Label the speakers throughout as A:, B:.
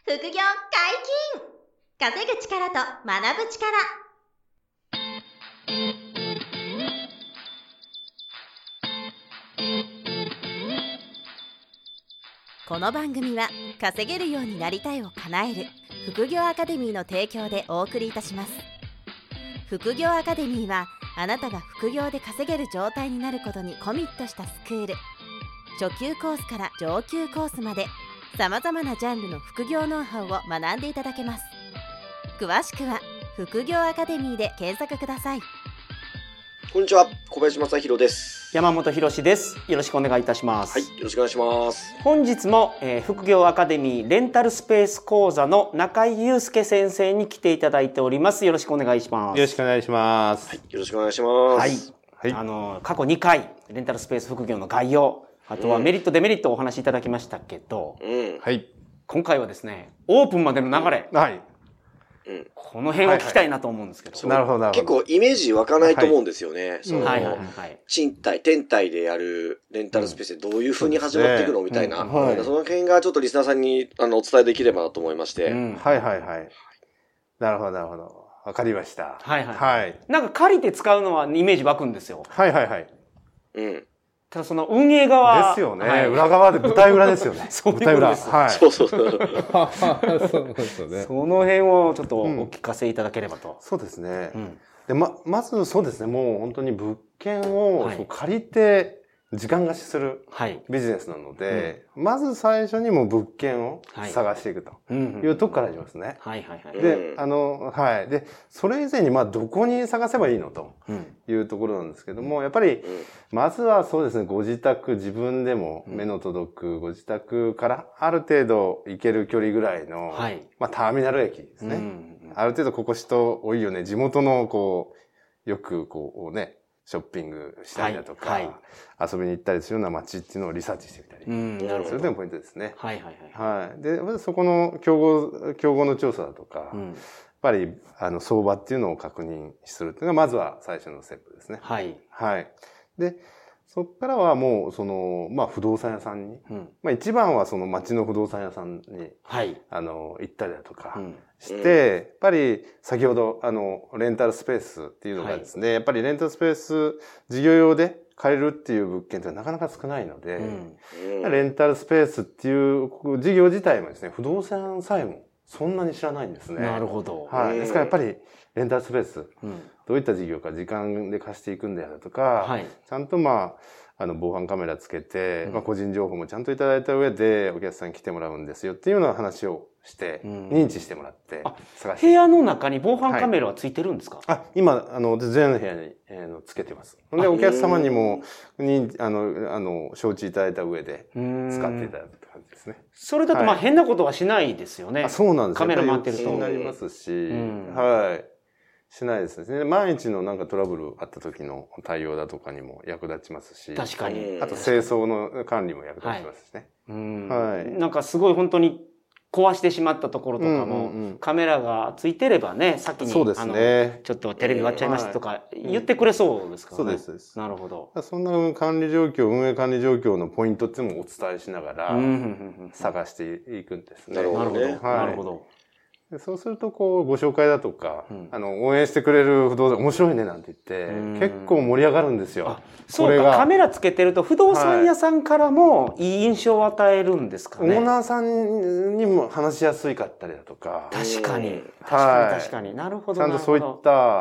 A: 副業解禁！稼ぐ力と学ぶ力。この番組は稼げるようになりたいを叶える副業アカデミーの提供でお送りいたします。副業アカデミーはあなたが副業で稼げる状態になることにコミットしたスクール。初級コースから上級コースまでさまざまなジャンルの副業ノウハウを学んでいただけます。詳しくは副業アカデミーで検索ください。
B: こんにちは、小林正弘です。
C: 山本博です。よろしくお願いいたします。
B: はい、よろしくお願いします。
C: 本日も、副業アカデミーレンタルスペース講座の中井祐介先生に来ていただいております。よろしくお願いします。
D: よろしくお願いします。
B: はい、よろしくお願いします。
C: はい。過去2回レンタルスペース副業の概要、あとはメリットデメリットをお話しいただきましたけど、
D: はい。
C: 今回はですね、オープンまでの流れ、
D: はい。
C: この辺を聞きたいなと思うんですけど。
D: なるほど、なるほど。
B: 結構イメージ湧かないと思うんですよね。賃貸、天体でやるレンタルスペースでどういう風に始まっていくのみたいな。その辺がちょっとリスナーさんにお伝えできればなと思いまして。
D: はいはいはい。なるほど、なるほど。わかりました。
C: はいはい。なんか借りて使うのはイメージ湧くんですよ。
D: はいはいはい。
C: ただその運営側
D: ですよね。裏側で、舞台裏ですよね。
C: 舞台裏。
D: はい。
B: そうそう。
D: そうですよね。
C: その辺をちょっとお聞かせいただければと。
D: そうですね。で、まずそうですね。もう本当に物件を借りて時間貸しするビジネスなので、まず最初にもう物件を探していくというとこから始めますね。で、はい。で、それ以前にどこに探せばいいのというところなんですけども、やっぱり、まずはそうですね、ご自宅、自分でも目の届くご自宅からある程度行ける距離ぐらいの、ターミナル駅ですね。ある程度ここ人多いよね、地元のよくね、ショッピングしたりだとか、遊びに行ったりするような街っていうのをリサーチしてみたり。それでもポイントですね。はい。で、そこの競合の調査だとか、やっぱり、相場っていうのを確認するっていうのが、まずは最初のステップですね。はい。で、そこからはもう、不動産屋さんに、一番はその街の不動産屋さんに、行ったりだとかして、やっぱり先ほど、レンタルスペースっていうのがですね、やっぱりレンタルスペース事業用で借りるっていう物件ってなかなか少ないので、レンタルスペースっていう事業自体もですね、不動産さえもそんなに知らないんですね。
C: なるほど。
D: はい。ですからやっぱり、レンタルスペース、どういった事業か時間で貸していくんだよとか、ちゃんと防犯カメラつけて、個人情報もちゃんといただいた上でお客さんに来てもらうんですよっていうような話をして、認知してもらって
C: 探して。部屋の中に防犯カメラはついてるんですか？
D: 今、全部部屋につけてます。で、お客様にも、承知いただいた上で使っていただくって感じですね。
C: それだと変なことはしないですよね。
D: そうなんですよ。
C: カメラ回ってると。
D: になりますし、はい。しないですね。毎日のなんかトラブルあった時の対応だとかにも役立ちますし。
C: 確かに。
D: あと清掃の管理も役立ちますしね。
C: なんかすごい本当に壊してしまったところとかも、カメラがついてればね、先に、
D: そうですね。
C: ちょっとテレビ割っちゃいましたとか言ってくれそうですからね。
D: そうです。
C: なるほど。
D: そんな運営管理状況のポイントっていうのもお伝えしながら、探していくんですね。
B: なるほどね。
C: なるほど。
D: そうすると、ご紹介だとか、応援してくれる不動産面白いねなんて言って、結構盛り上がるんですよ。
C: そうか、カメラつけてると不動産屋さんからもいい印象を与えるんですかね。
D: オーナーさんにも話しやすいかったりだとか。
C: 確かに。確かに。なるほど。
D: ちゃんとそういった、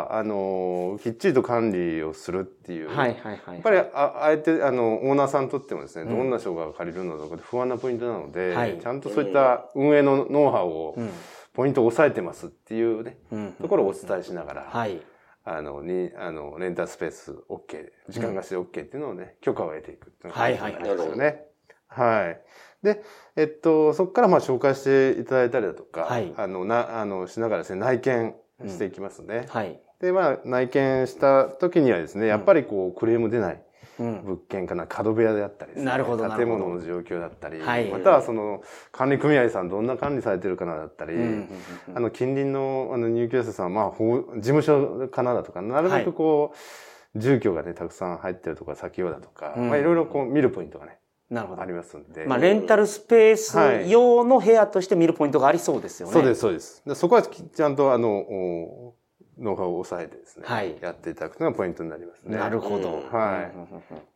D: きっちりと管理をするっていう。やっぱり、あえて、オーナーさんにとってもですね、どんな商が借りるのとか不安なポイントなので、ちゃんとそういった運営のノウハウを、ポイントを押さえてますっていうね、ところをお伝えしながら、レンタルスペース OK、時間貸しで OK っていうのをね、許可を得ていくっていうのが大事ですよね。で、そこから紹介していただいたりだとか、しながらですね、内見していきますね。で、内見した時にはですね、やっぱりクレーム出ない。物件かな、角部屋であったりですね。建物の状況だったり、またはその管理組合さんどんな管理されてるかなだったり、近隣の入居者さん、事務所かなだとか、なるべく住居がね、たくさん入ってるとか、先用だとか、いろいろ見るポイントがね、
C: なるほど。
D: ありますんで。
C: まあ、レンタルスペース用の部屋として見るポイントがありそうですよね。
D: そうです、そうです。でそこはちゃんとノウハウを抑えてですね、はい、やっていただくのがポイントになりますね。
C: なるほど。
D: はい。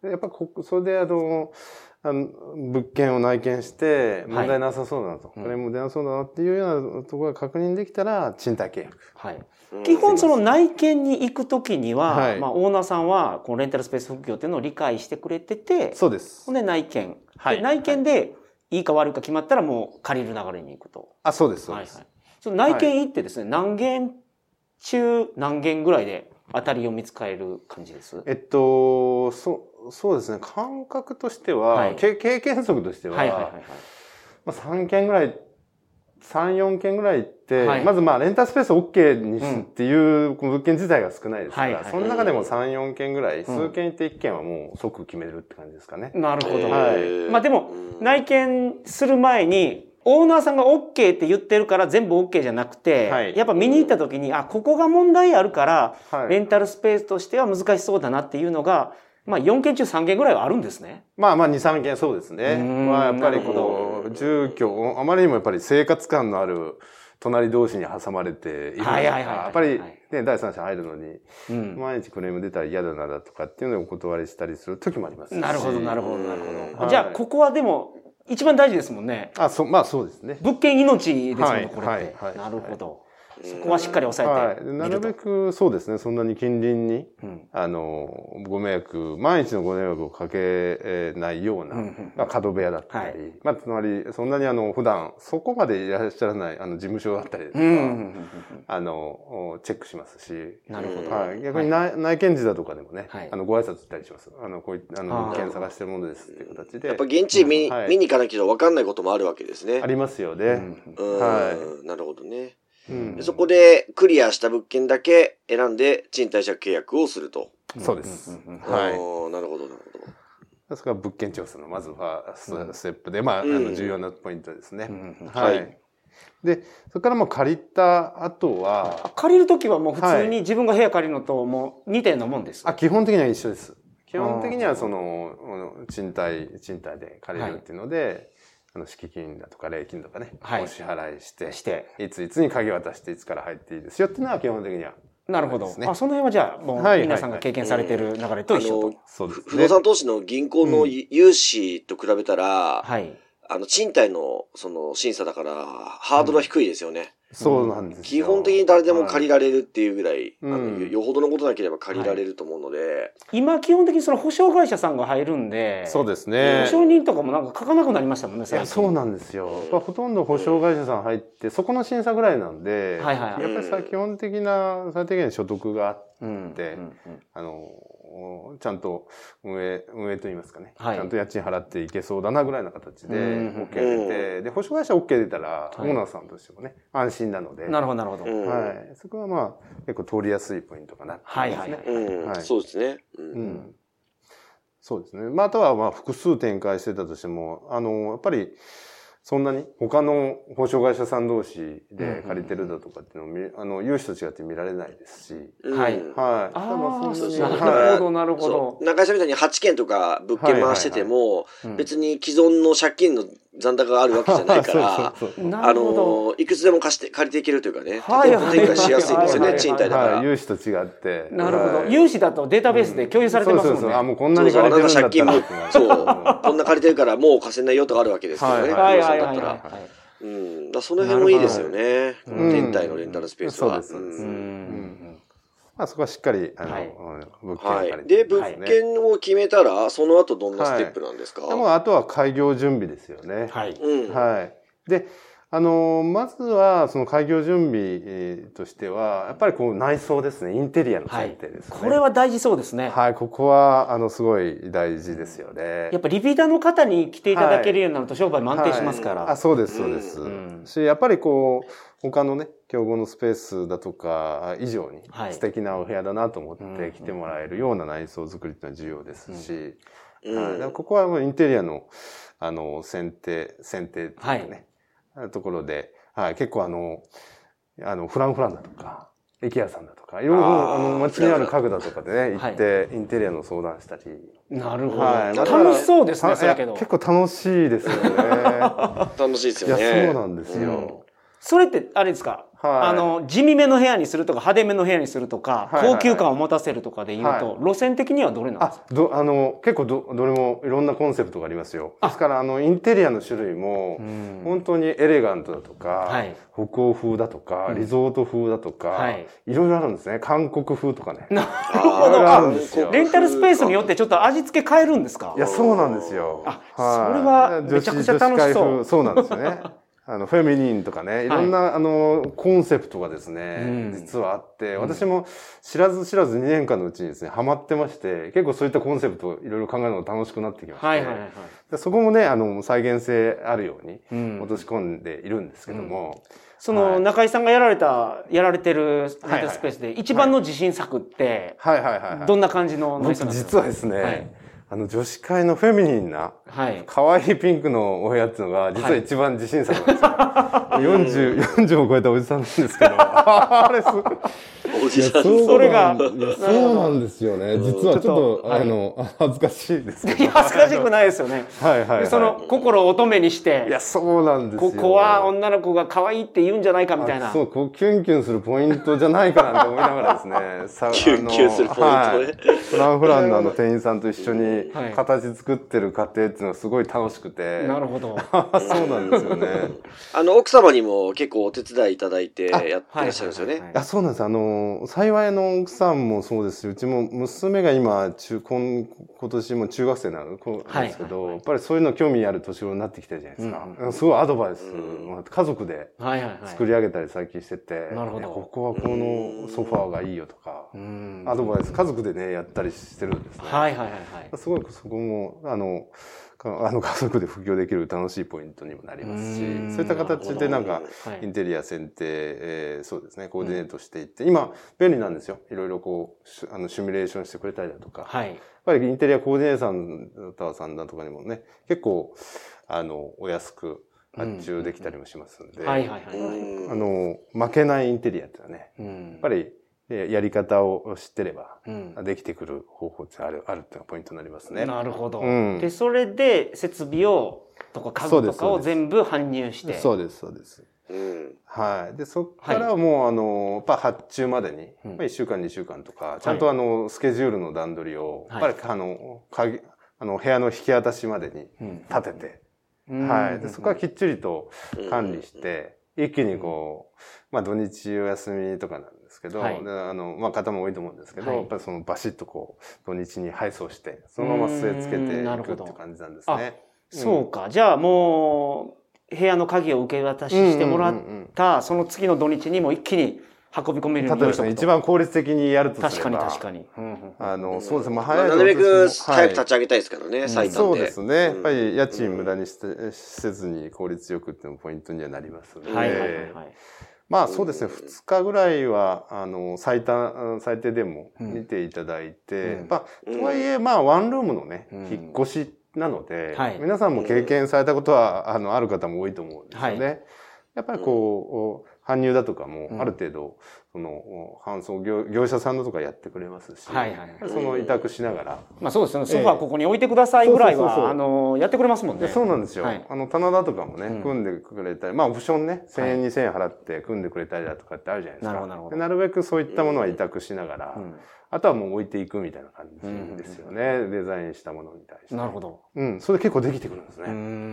D: やっぱそれで物件を内見して問題なさそうだなと、これも出なそうだなっていうようなところが確認できたら賃貸契約。
C: はい。基本その内見に行くときには、はい、まあオーナーさんはこのレンタルスペース副業っていうのを理解してくれてて、
D: そうです。
C: で内見。はい。内見でいいか悪いか決まったらもう借りる流れに行くと。
D: あ、そうです、そうです。はいはい、
C: その内見行ってですね、何件中何件ぐらいで当たりを見つかれる感じです？
D: そうですね。感覚としては、はい、経験則としては、まあ3件ぐらい、3、4件ぐらい行って、はい、まずまあレンタルスペース OK にっていう物件自体が少ないですから、その中でも3、4件ぐらい、数件行って1件はもう即決めるって感じですかね。
C: なるほど。はい。まあでも、内見する前に、オーナーさんが OK って言ってるから全部 OK じゃなくて、はい、やっぱ見に行った時に、ここが問題あるから、レンタルスペースとしては難しそうだなっていうのが、まあ4件中3件ぐらいはあるんですね。
D: まあ2、3件そうですね。まあやっぱり住居、あまりにもやっぱり生活感のある隣同士に挟まれているとか、やっぱりね、第三者入るのに、毎日クレーム出たら嫌だなだとかっていうのをお断りしたりする時もありますし。
C: なるほど、なるほど、なるほど。じゃあここはでも、一番大事ですもんね。
D: まあそうですね。
C: 物件命ですもんね、これって。なるほど。そこはしっかり抑えてみると。
D: なるべくそうですね、そんなに近隣に、ご迷惑、毎日のご迷惑をかけないような、角部屋だったり、まあ、つまり、そんなに普段、そこまでいらっしゃらない、事務所だったりとか、チェックしますし。
C: なるほど。
D: 逆に内見時だとかでもね、ご挨拶したりします。こういった物件探してるものですっていう形で。
B: やっぱ現地見に行かなきゃ分かんないこともあるわけですね。
D: ありますよね。
B: はい。なるほどね。そこでクリアした物件だけ選んで賃貸借契約をすると。
D: そうです。はい。
B: なるほど、なるほ
D: ど。それが物件調査のまずはステップで、まあ、重要なポイントですね。はい。で、それからもう借りた後は。
C: 借りるときはもう普通に自分が部屋借りるのともう似たようなもんです。
D: 基本的には一緒です。基本的には賃貸で借りるっていうので、敷金だとか礼金とかね、お支払いして、いついつに鍵渡していつから入っていいですよっていうのは基本的には。
C: なるほど。その辺はじゃあ、もう皆さんが経験されている流れと一緒と。
D: そうですね。
B: 不動産投資の銀行の融資と比べたら、賃貸の審査だから、ハードルは低いですよね。
D: そうなんですよ。
B: 基本的に誰でも借りられるっていうぐらい、よほどのことなければ借りられると思うので。
C: 今基本的にその保証会社さんが入るんで。
D: そうですね。
C: 保証人とかもなんか書かなくなりましたもんね、
D: いや、そうなんですよ。ほとんど保証会社さん入って、そこの審査ぐらいなんで、やっぱり基本的な最低限所得があって、ちゃんと運営といいますかね、ちゃんと家賃払っていけそうだなぐらいの形で OK 出て、で、保証会社 OK 出たら、オーナーさんとしてもね、安心なので。
C: なるほど、なるほど。
D: はい。そこはまあ、結構通りやすいポイントかなってますね。
B: そうですね。
D: そうですね。まあ、あとはまあ、複数展開してたとしても、やっぱり、そんなに他の保証会社さん同士で借りてるだとかっていうのを融資と違って見られないですし。
C: はい。
D: はい。
C: なるほど、なるほど。
B: 中井さんみたいに8件とか物件回してても、別に既存の借金の残高があるわけじゃないから、いくつでも借りていけるというかね、展開しやすいんですよね、賃貸だから。
D: 融資と違って。
C: なるほど。融資だとデータベースで共有されてますもんね。
D: もうこんなに借りてるんだったら。
B: そう。こんな借りてるからもう貸せないよとかあるわけですけどね。だったら。その辺もいいですよね。天体のレンタルスペースは。
D: そうです。まあそこはしっかり、物件を借りて。
B: で、物件を決めたら、その後どんなステップなんですか？
D: あとは開業準備ですよね。はい。はい。で、まずは、その開業準備としては、やっぱりこう内装ですね。インテリアの選定ですね。
C: これは大事そうですね。
D: はい。ここは、すごい大事ですよね。
C: やっぱリピーターの方に来ていただけるようになると商売も安定しますから。
D: そうです、そうです。やっぱりこう、他のね、競合のスペースだとか以上に素敵なお部屋だなと思って来てもらえるような内装作りっていうのは重要ですし、ここはインテリアの、選定っていうね、ところで、結構フランだとか、 IKEA さんだとか、いろいろ街にある家具だとかでね、行ってインテリアの相談したり。
C: なるほど。楽しそうですね、それけど。
D: 結構楽しいですよね。
B: 楽しいですよね。
D: いや、そうなんですよ。
C: それって、あれですか、地味めの部屋にするとか、派手めの部屋にするとか、高級感を持たせるとかで言うと、路線的にはどれなんですか？
D: 結構どれもいろんなコンセプトがありますよ。ですから、インテリアの種類も、本当にエレガントだとか、北欧風だとか、リゾート風だとか、いろいろあるんですね。韓国風とかね。いろいろあるんですよ。
C: レンタルスペースによってちょっと味付け変えるんですか？
D: いや、そうなんですよ。
C: それはめちゃくちゃ楽しそう。
D: そうなんですよね。フェミニンとかね、いろんな、コンセプトがですね、実はあって、私も知らず2年間のうちにですね、ハマってまして、結構そういったコンセプトをいろいろ考えるのが楽しくなってきまして、そこもね、再現性あるように落とし込んでいるんですけども、
C: その中井さんがやられてるレンタルスペースで一番の自信作って、どんな感じの
D: 僕実はですね、女子会のフェミニンな、可愛いピンクのお部屋っていうのが、実は一番自信作なんですよ。40を超えたおじさんなんですけど、あれ
B: おじさん
C: それが。
D: そうなんですよね。実はちょっと、恥ずかしいですけど。
C: 恥ずかしくないですよね。その、心を乙女にして。
D: いや、そうなんですよ。
C: ここは女の子が可愛いって言うんじゃないかみたいな。
D: そう、こう、キュンキュンするポイントじゃないかなって思いながらですね。
B: キュンキュンするポイントね。
D: フランフランの店員さんと一緒に形作ってる過程っていうのがすごい楽しくて。
C: なるほど。
D: そうなんですよね。
B: 奥様にも結構お手伝いいただいてやってらっしゃるんですよね。
D: そうなんです。幸い奥さんもそうですし、うちも娘が今、今年も中学生なんですけど、やっぱりそういうの興味ある年頃になってきてるじゃないですか。すごいアドバイス、家族で作り上げたり最近してて、ここはこのソファーがいいよとか、アドバイス家族でね、やったりしてるんですね。すごいそこも、家族で副業できる楽しいポイントにもなりますし、そういった形でなんか、インテリア選定、そうですね、コーディネートしていって、今、便利なんですよ。いろいろこう、シミュレーションしてくれたりだとか。やっぱりインテリアコーディネーターさんだとかにもね、結構、お安く発注できたりもしますんで、負けないインテリアっていうのはね、やっぱり、やり方を知ってれば、できてくる方法ってあるっていうのがポイントになりますね。
C: なるほど。で、それで設備とか家具とかを全部搬入して。
D: そうです。で、そこからもう、やっぱ発注までに、1週間、2週間とか、ちゃんとスケジュールの段取りを、やっぱり部屋の引き渡しまでに立てて、で、そこはきっちりと管理して、一気にこう、土日お休みとかなんですけど、方も多いと思うんですけど、やっぱりそのバシッとこう、土日に配送して、そのまま据え付けていくっていう感じなんですね。
C: そうか。じゃあもう、部屋の鍵を受け渡ししてもらった、その次の土日にも一気に運び込めるようにしておくと。
D: 一番効率的にやるとすれば。
C: 確かに。
B: そうですね。なるべく早く立ち上げたいですからね、最短で。
D: そうですね。やっぱり家賃無駄にせずに効率よくっていうのもポイントにはなりますので。そうですね。2日ぐらいは、最低でも見ていただいて、とはいえ、ワンルームのね、引っ越しなので、皆さんも経験されたことは、ある方も多いと思うんですよね。やっぱりこう、搬入だとかも、ある程度、搬送業者さんだとかやってくれますし、その委託しながら。
C: そうですね。ソファーここに置いてくださいぐらいは、やってくれますもんね。
D: そうなんですよ。棚だとかもね、組んでくれたり、オプションね、1000円、2000円払って組んでくれたりだとかってあるじゃないですか。なるべくそういったものは委託しながら、あとはもう置いていくみたいな感じですよね。デザインしたものに対して。
C: なるほど。
D: それ結構できてくるんですね。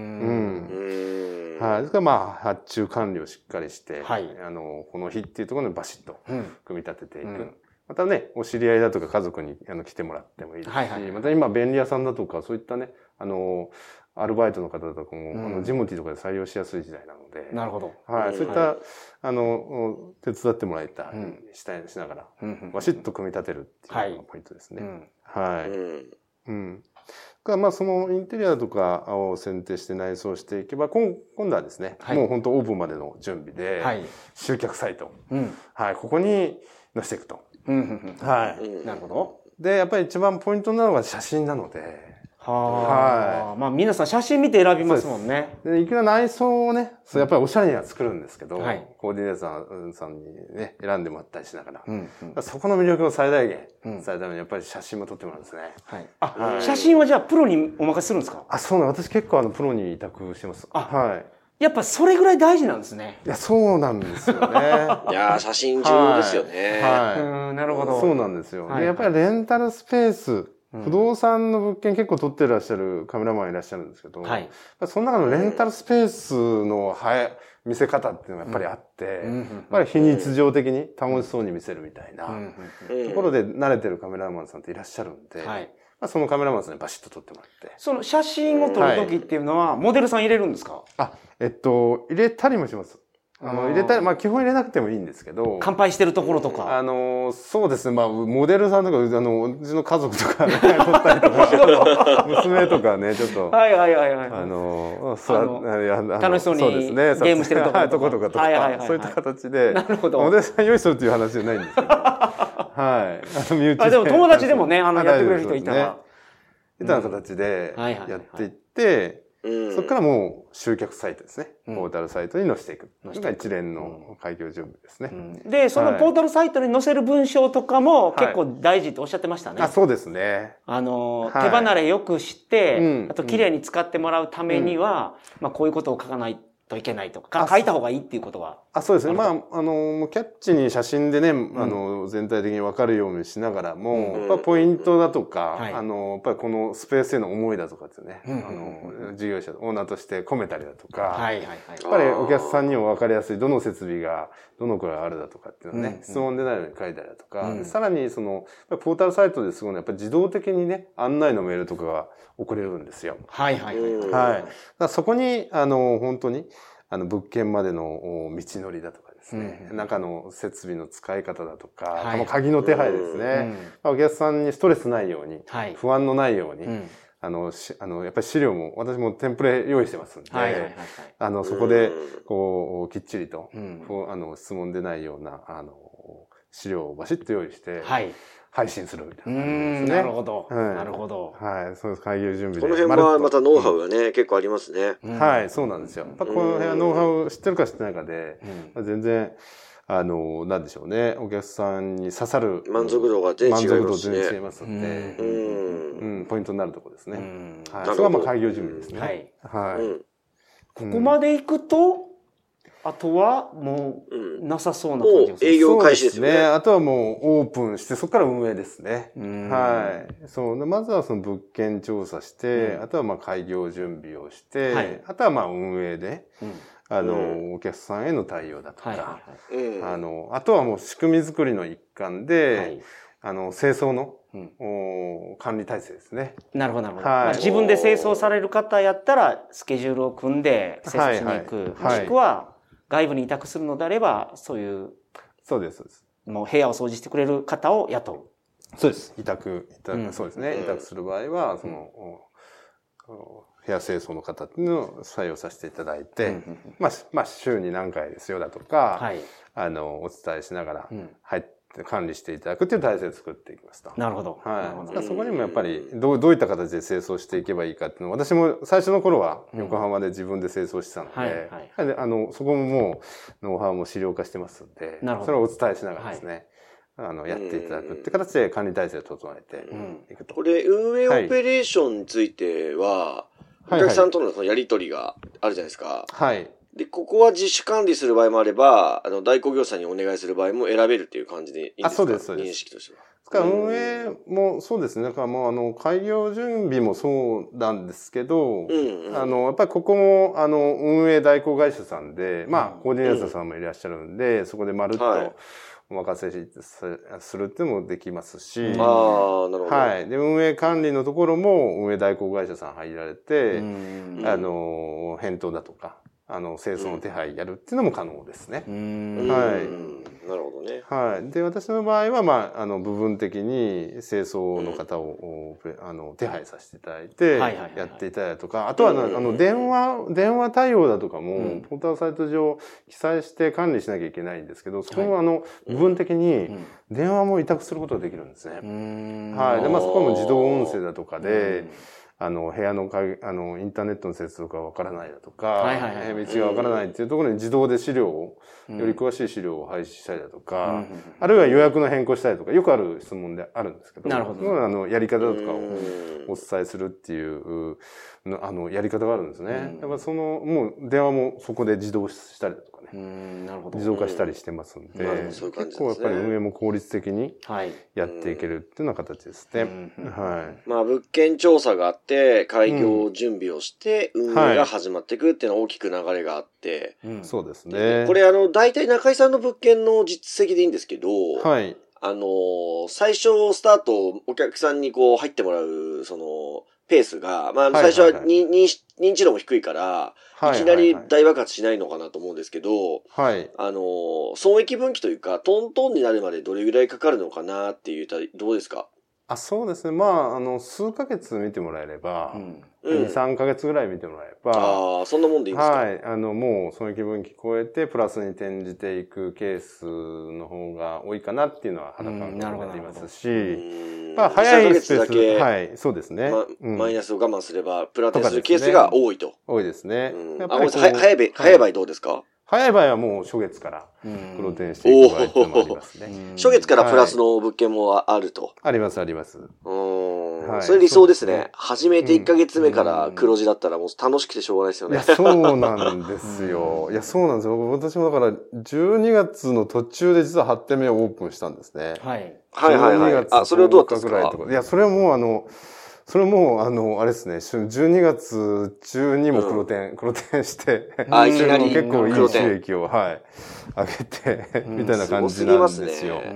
D: ですから発注管理をしっかりして、この日っていうところでバシッと組み立てていく。またね、お知り合いだとか家族に来てもらってもいいですし、また今便利屋さんだとかそういったね、アルバイトの方とかも、ジモティーとかで採用しやすい時代なので。
C: なるほど。
D: そういった、手伝ってもらえたりしながら、バシッと組み立てるっていうのがポイントですね。そのインテリアとかを選定して内装していけば、今度はですね、もう本当オープンまでの準備で、集客サイト。ここに載せていくと。
C: なるほど。
D: で、やっぱり一番ポイントなのが写真なので、
C: はい。まあ皆さん写真見て選びますもんね。
D: でいくら内装をね、やっぱりおしゃれには作るんですけど、コーディネーターさんにね、選んでもらったりしながら、そこの魅力を最大限伝えるためにやっぱり写真も撮ってもらうんですね。
C: はい。あ、写真はじゃあプロにお任せするんですか？
D: そうなん、私結構プロに委託してます。はい。
C: やっぱそれぐらい大事なんですね。
D: いや、そうなんですよね。
B: いや写真重要ですよね。
C: はい。なるほど。
D: そうなんですよ。で、やっぱりレンタルスペース、不動産の物件結構撮ってらっしゃるカメラマンいらっしゃるんですけど、その中のレンタルスペースの見せ方っていうのがやっぱりあって、やっぱり非日常的に楽しそうに見せるみたいなところで慣れてるカメラマンさんっていらっしゃるんで、そのカメラマンさんにバシッと撮ってもらって。
C: その写真を撮るときっていうのは、モデルさん入れるんですか？
D: 入れたりもします。入れたり、基本入れなくてもいいんですけど。
C: 乾杯してるところとか。
D: そうですね。モデルさんとか、うちの家族とかね、撮ったりとか、娘とかね、ちょっと。
C: はい。楽しそうにゲームしてるところとか。
D: そういった形で。
C: なるほど。
D: モデルさん用意するっていう話じゃないんですけど。はい。身内で。
C: でも友達でもね、やってくれる人いたら。
D: みたいな形でやっていって、そこからもう集客サイトですね。ポータルサイトに載せていく。それが一連の開業準備ですね。
C: で、そのポータルサイトに載せる文章とかも結構大事っておっしゃってましたね。
D: そうですね。
C: 手離れよくして、あと綺麗に使ってもらうためには、こういうことを書かないといけないとか、書いた方がいいっていうことは。
D: そうですね。キャッチに写真でね、全体的に分かるようにしながらも、やっぱポイントだとか、やっぱりこのスペースへの思いだとかですね、事業者、オーナーとして込めたりだとか、やっぱりお客さんにも分かりやすい、どの設備がどのくらいあるだとかっていうのをね、質問でないように書いたりだとか、さらにポータルサイトですごいやっぱり自動的にね、案内のメールとかが送れるんですよ。そこに、本当に、物件までの道のりだとかですね、中の設備の使い方だとか、鍵の手配ですね。お客さんにストレスないように、不安のないように、やっぱり資料も、私もテンプレ用意してますんで、そこで、きっちりと、質問でないような、資料をバシッと用意して、配信するみたいな感じですね。
C: なるほど。なるほど。
D: そうです。開業準備で。
B: この辺はまたノウハウがね、結構ありますね。
D: はい、そうなんですよ。この辺はノウハウ知ってるか知ってないかで、全然、なんでしょうね。お客さんに刺さる。
B: 満足度が全然違いますね。
D: 満足度全然違いますんで、ポイントになるところですね。それは開業準備ですね。はい。
C: ここまで行くと、あとはもうなさそうな感じがする。
B: 営業開始ですね。
D: あとはもうオープンして、そこから運営ですね。はい。まずはその物件調査して、あとは開業準備をして、あとは運営で、お客さんへの対応だとか、あとはもう仕組み作りの一環で、清掃の管理体制ですね。
C: なるほど、なるほど。自分で清掃される方やったら、スケジュールを組んで清掃しに行く。もしくは、外部に委託するのであれば、そういう。
D: そうです、そうです。
C: もう部屋を掃除してくれる方を雇う。
D: そうです。そうですね。委託する場合は、部屋清掃の方っていうのを採用させていただいて、週に何回ですよだとか、お伝えしながら入って管理していただくっていう体制を作っていきますと。
C: なるほど。
D: そこにもやっぱりどういった形で清掃していけばいいかっていうのを、私も最初の頃は横浜で自分で清掃してたので、そこももうノウハウも資料化してますんで、それをお伝えしながらですね、やっていただくって形で管理体制を整えていくと。
B: これ、運営オペレーションについては、お客さんとのそのやり取りがあるじゃないですか。で、ここは自主管理する場合もあれば、代行業者にお願いする場合も選べるっていう感じでいいんですか？
D: そうです、そうです。
B: 認識としては。
D: ですから運営もそうですね。だからもう開業準備もそうなんですけど、やっぱりここも運営代行会社さんで、コーディネーターさんもいらっしゃるんで、そこでまるっとお任せするっていうのもできますし、なるほど。で、運営管理のところも運営代行会社さん入られて、返答だとか、清掃の手配やるっていうのも可能ですね。
B: なるほどね。
D: で、私の場合は、部分的に清掃の方を、手配させていただいて、やっていただいたとか、あとは、電話対応だとかも、ポータルサイト上記載して管理しなきゃいけないんですけど、そこも部分的に電話も委託することができるんですね。で、そこも自動音声だとかで、 部屋のインターネットの接続がわからないだとか、道がわからないっていうところに自動で資料を、より詳しい資料を配信したりだとか、あるいは予約の変更したりとか、よくある質問であるんですけど、
C: なるほど。
D: やり方とかをお伝えするっていう、やり方があるんですね。やっぱもう電話もそこで自動したりだとかね。
C: なるほど。
D: 自動化したりしてますんで、結構やっぱり運営も効率的にやっていけるっていうような形ですね。
B: まあ物件調査があって、開業準備をして、運営が始まっていくっていうのは大きく流れがあって、
D: そうですね。
B: これ大体中井さんの物件の実績でいいんですけど、最初スタートお客さんにこう入ってもらう、ペースが、まあ最初は認知度も低いから、いきなり大爆発しないのかなと思うんですけど、損益分岐というか、トントンになるまでどれぐらいかかるのかなっていう、どうですか？
D: そうですね。まあ、数ヶ月見てもらえれば、2、3ヶ月ぐらい見てもらえば。
B: そんなもんでいいですか？
D: はい。もう損益分岐超えて、プラスに転じていくケースの方が多いかなっていうのは肌感覚がありますし、まあ、早いスペース、はい、そうですね。
B: マイナスを我慢すれば、プラテするケースが多いと。
D: 多いですね。
B: 早い場合どうですか？
D: 早い場合はもう初月から黒点していく場合っていうのもありますね。
B: 初月からプラスの物件もあると。
D: あります、あります。
B: それ理想ですね。初めて1ヶ月目から黒字だったらもう楽しくてしょうがないですよね。
D: そうなんですよ。そうなんですよ。私もだから12月の途中で実は8店目をオープンしたんですね。
B: 12月それはどうだったんですか？
D: いや、それはもうあれですね、12月中にも黒点して、
B: いきなり
D: 結構いい収益を、上げて、みたいな感じなんですよ。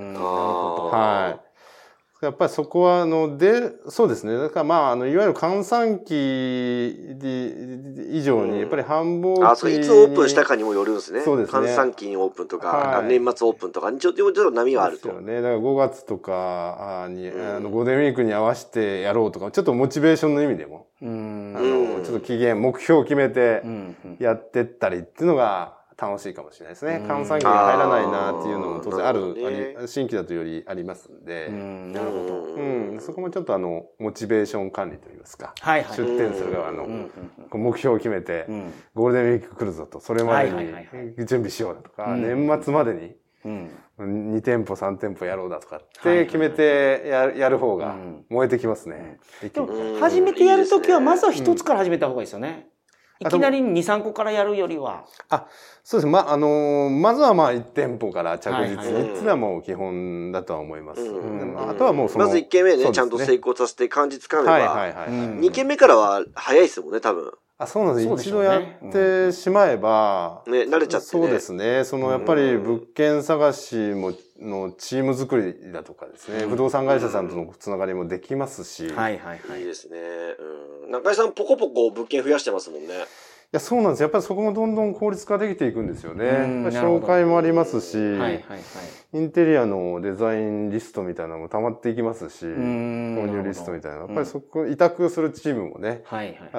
D: やっぱりそこは、そうですね。だからまあ、いわゆる閑散期以上に、やっぱり繁忙期
B: いつオープンしたかにもよるんですね。
D: そうですね。
B: 閑散期にオープンとか、年末オープンとかにちょっと波があると。
D: そうですよね。だから5月とかに、ゴールデンウィークに合わせてやろうとか、ちょっとモチベーションの意味でも、ちょっと期限、目標を決めてやってったりっていうのが、楽しいかもしれないですね。閑散期に入らないなっていうのも当然新規だとよりありますんで。
C: なるほ
D: ど。そこもちょっとモチベーション管理といいますか。出店する側の目標を決めて、ゴールデンウィーク来るぞと、それまでに準備しようだとか、年末までに2店舗3店舗やろうだとかって決めてやる方が燃えてきますね。
C: 初めてやるときはまずは一つから始めた方がいいですよね。いきなり2、3個からやるよりは。
D: そうです。まずは1店舗から着実にっていうのはもう基本だとは思います。あとはもう
B: まず1軒目ね、ちゃんと成功させて感じつかめば、2軒目からは早いですもんね、多分。
D: そうなんです。一度やってしまえば、
B: 慣れちゃって。
D: そうですね。やっぱり物件探しのチーム作りだとかですね、不動産会社さんとのつながりもできますし。
B: いいですね。中井さん、ポコポコ物件増やしてますもんね。
D: いや、そうなんです。やっぱりそこもどんどん効率化できていくんですよね。紹介もありますし、インテリアのデザインリストみたいなのも溜まっていきますし、購入リストみたいな。やっぱりそこ、委託するチームもね、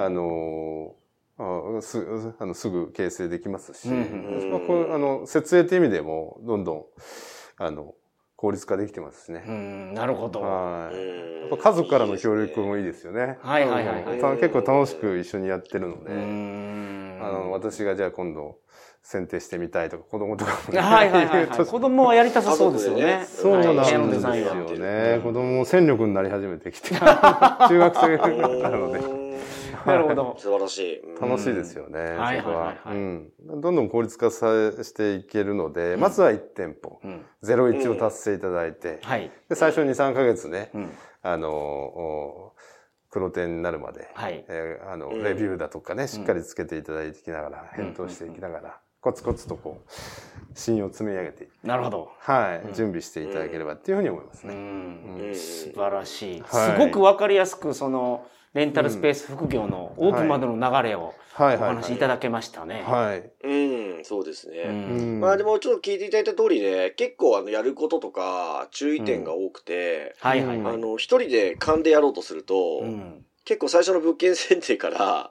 D: すぐ形成できますし、設営という意味でも、どんどん、効率化できてますしね。
C: なるほど。
D: 家族からの協力もいいですよね。結構楽しく一緒にやってるので、私がじゃあ今度選定してみたいとか、子供とかも
C: 子供はやりたさそうですよね。
D: そうなんですよね。子供も戦力になり始めてきて、中学生なので。
C: なるほど。
B: 素晴らしい。
D: 楽しいですよね。そこは。どんどん効率化していけるので、まずは1店舗、01を達成いただいて、で最初2、3ヶ月ね、黒点になるまで、レビューだとかね、しっかりつけていただいていきながら、返答していきながら、コツコツと信用を積み上げていって。
C: なるほど。
D: 準備していただければっていうふうに思いますね。
C: 素晴らしい。すごくわかりやすく、レンタルスペース副業のオープンまでの流れをお話しいただけましたね。
B: そうですね。まあでもちょっと聞いていただいた通りで、結構やることとか注意点が多くて、一人で勘でやろうとすると、結構最初の物件選定から、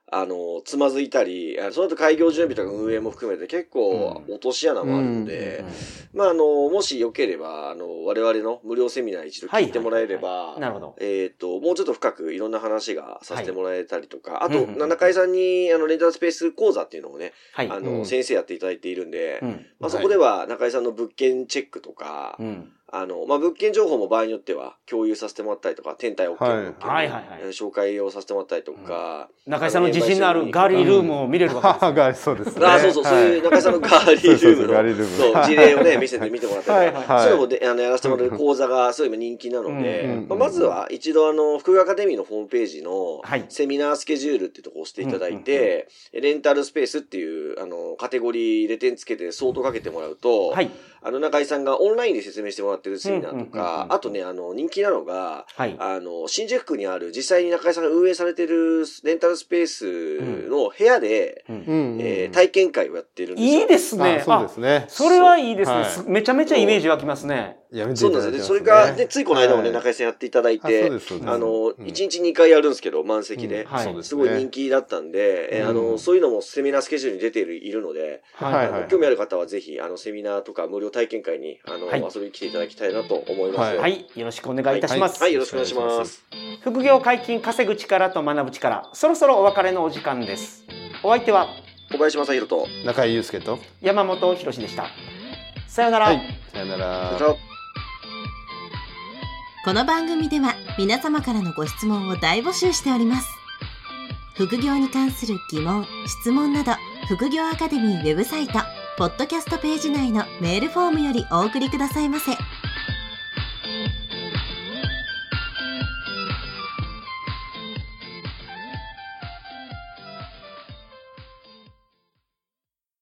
B: つまずいたり、その後開業準備とか運営も含めて結構落とし穴もあるので、もしよければ、我々の無料セミナー一度聞いてもらえれば、
C: なるほど。
B: もうちょっと深くいろんな話がさせてもらえたりとか、あと、中井さんに、レンタルスペース講座っていうのをね、先生やっていただいているんで、そこでは中井さんの物件チェックとか、物件情報も場合によっては共有させてもらったりとか、天体 OK の紹介をさせてもらったりとか。
C: 中井さんの自信のあるガーリールームを見れるわけです。
D: そうですね。
B: そういう中井さんのガーリールームの事例をね、見せてみてもらったりとか、そういうのもやらせてもらえる講座がすごい人気なので、まずは一度副業アカデミーのホームページのセミナースケジュールっていうところを押していただいて、レンタルスペースっていうカテゴリーレ点つけて相当かけてもらうと、中井さんがオンラインで説明してもらってるセミナーとか、あとね、人気なのが、新宿区にある実際に中井さんが運営されてるレンタルスペースの部屋で、体験会をやってるんですよ。
C: いいですね。
D: そうですね。
C: それはいいですね。めちゃめちゃイメージ湧きますね。
B: そうなんですね。それが、ついこの間もね、中井さんやっていただいて、1日2回やるんですけど、満席で。すごい人気だったんで、そういうのもセミナースケジュールに出ているので、興味ある方はぜひ、セミナーとか無料体験会に、遊びに来ていただきたいなと思います。
C: はい。よろしくお願いいたします。
B: はい、よろしくお願いします。
C: 副業解禁、稼ぐ力と学ぶ力、そろそろお別れのお時間です。お相手は、
B: 小林正弘と、
D: 中井祐介と、
C: 山本博でした。さよなら。
D: さよなら。
A: この番組では皆様からのご質問を大募集しております。副業に関する疑問・質問など、副業アカデミーウェブサイト、ポッドキャストページ内のメールフォームよりお送りくださいませ。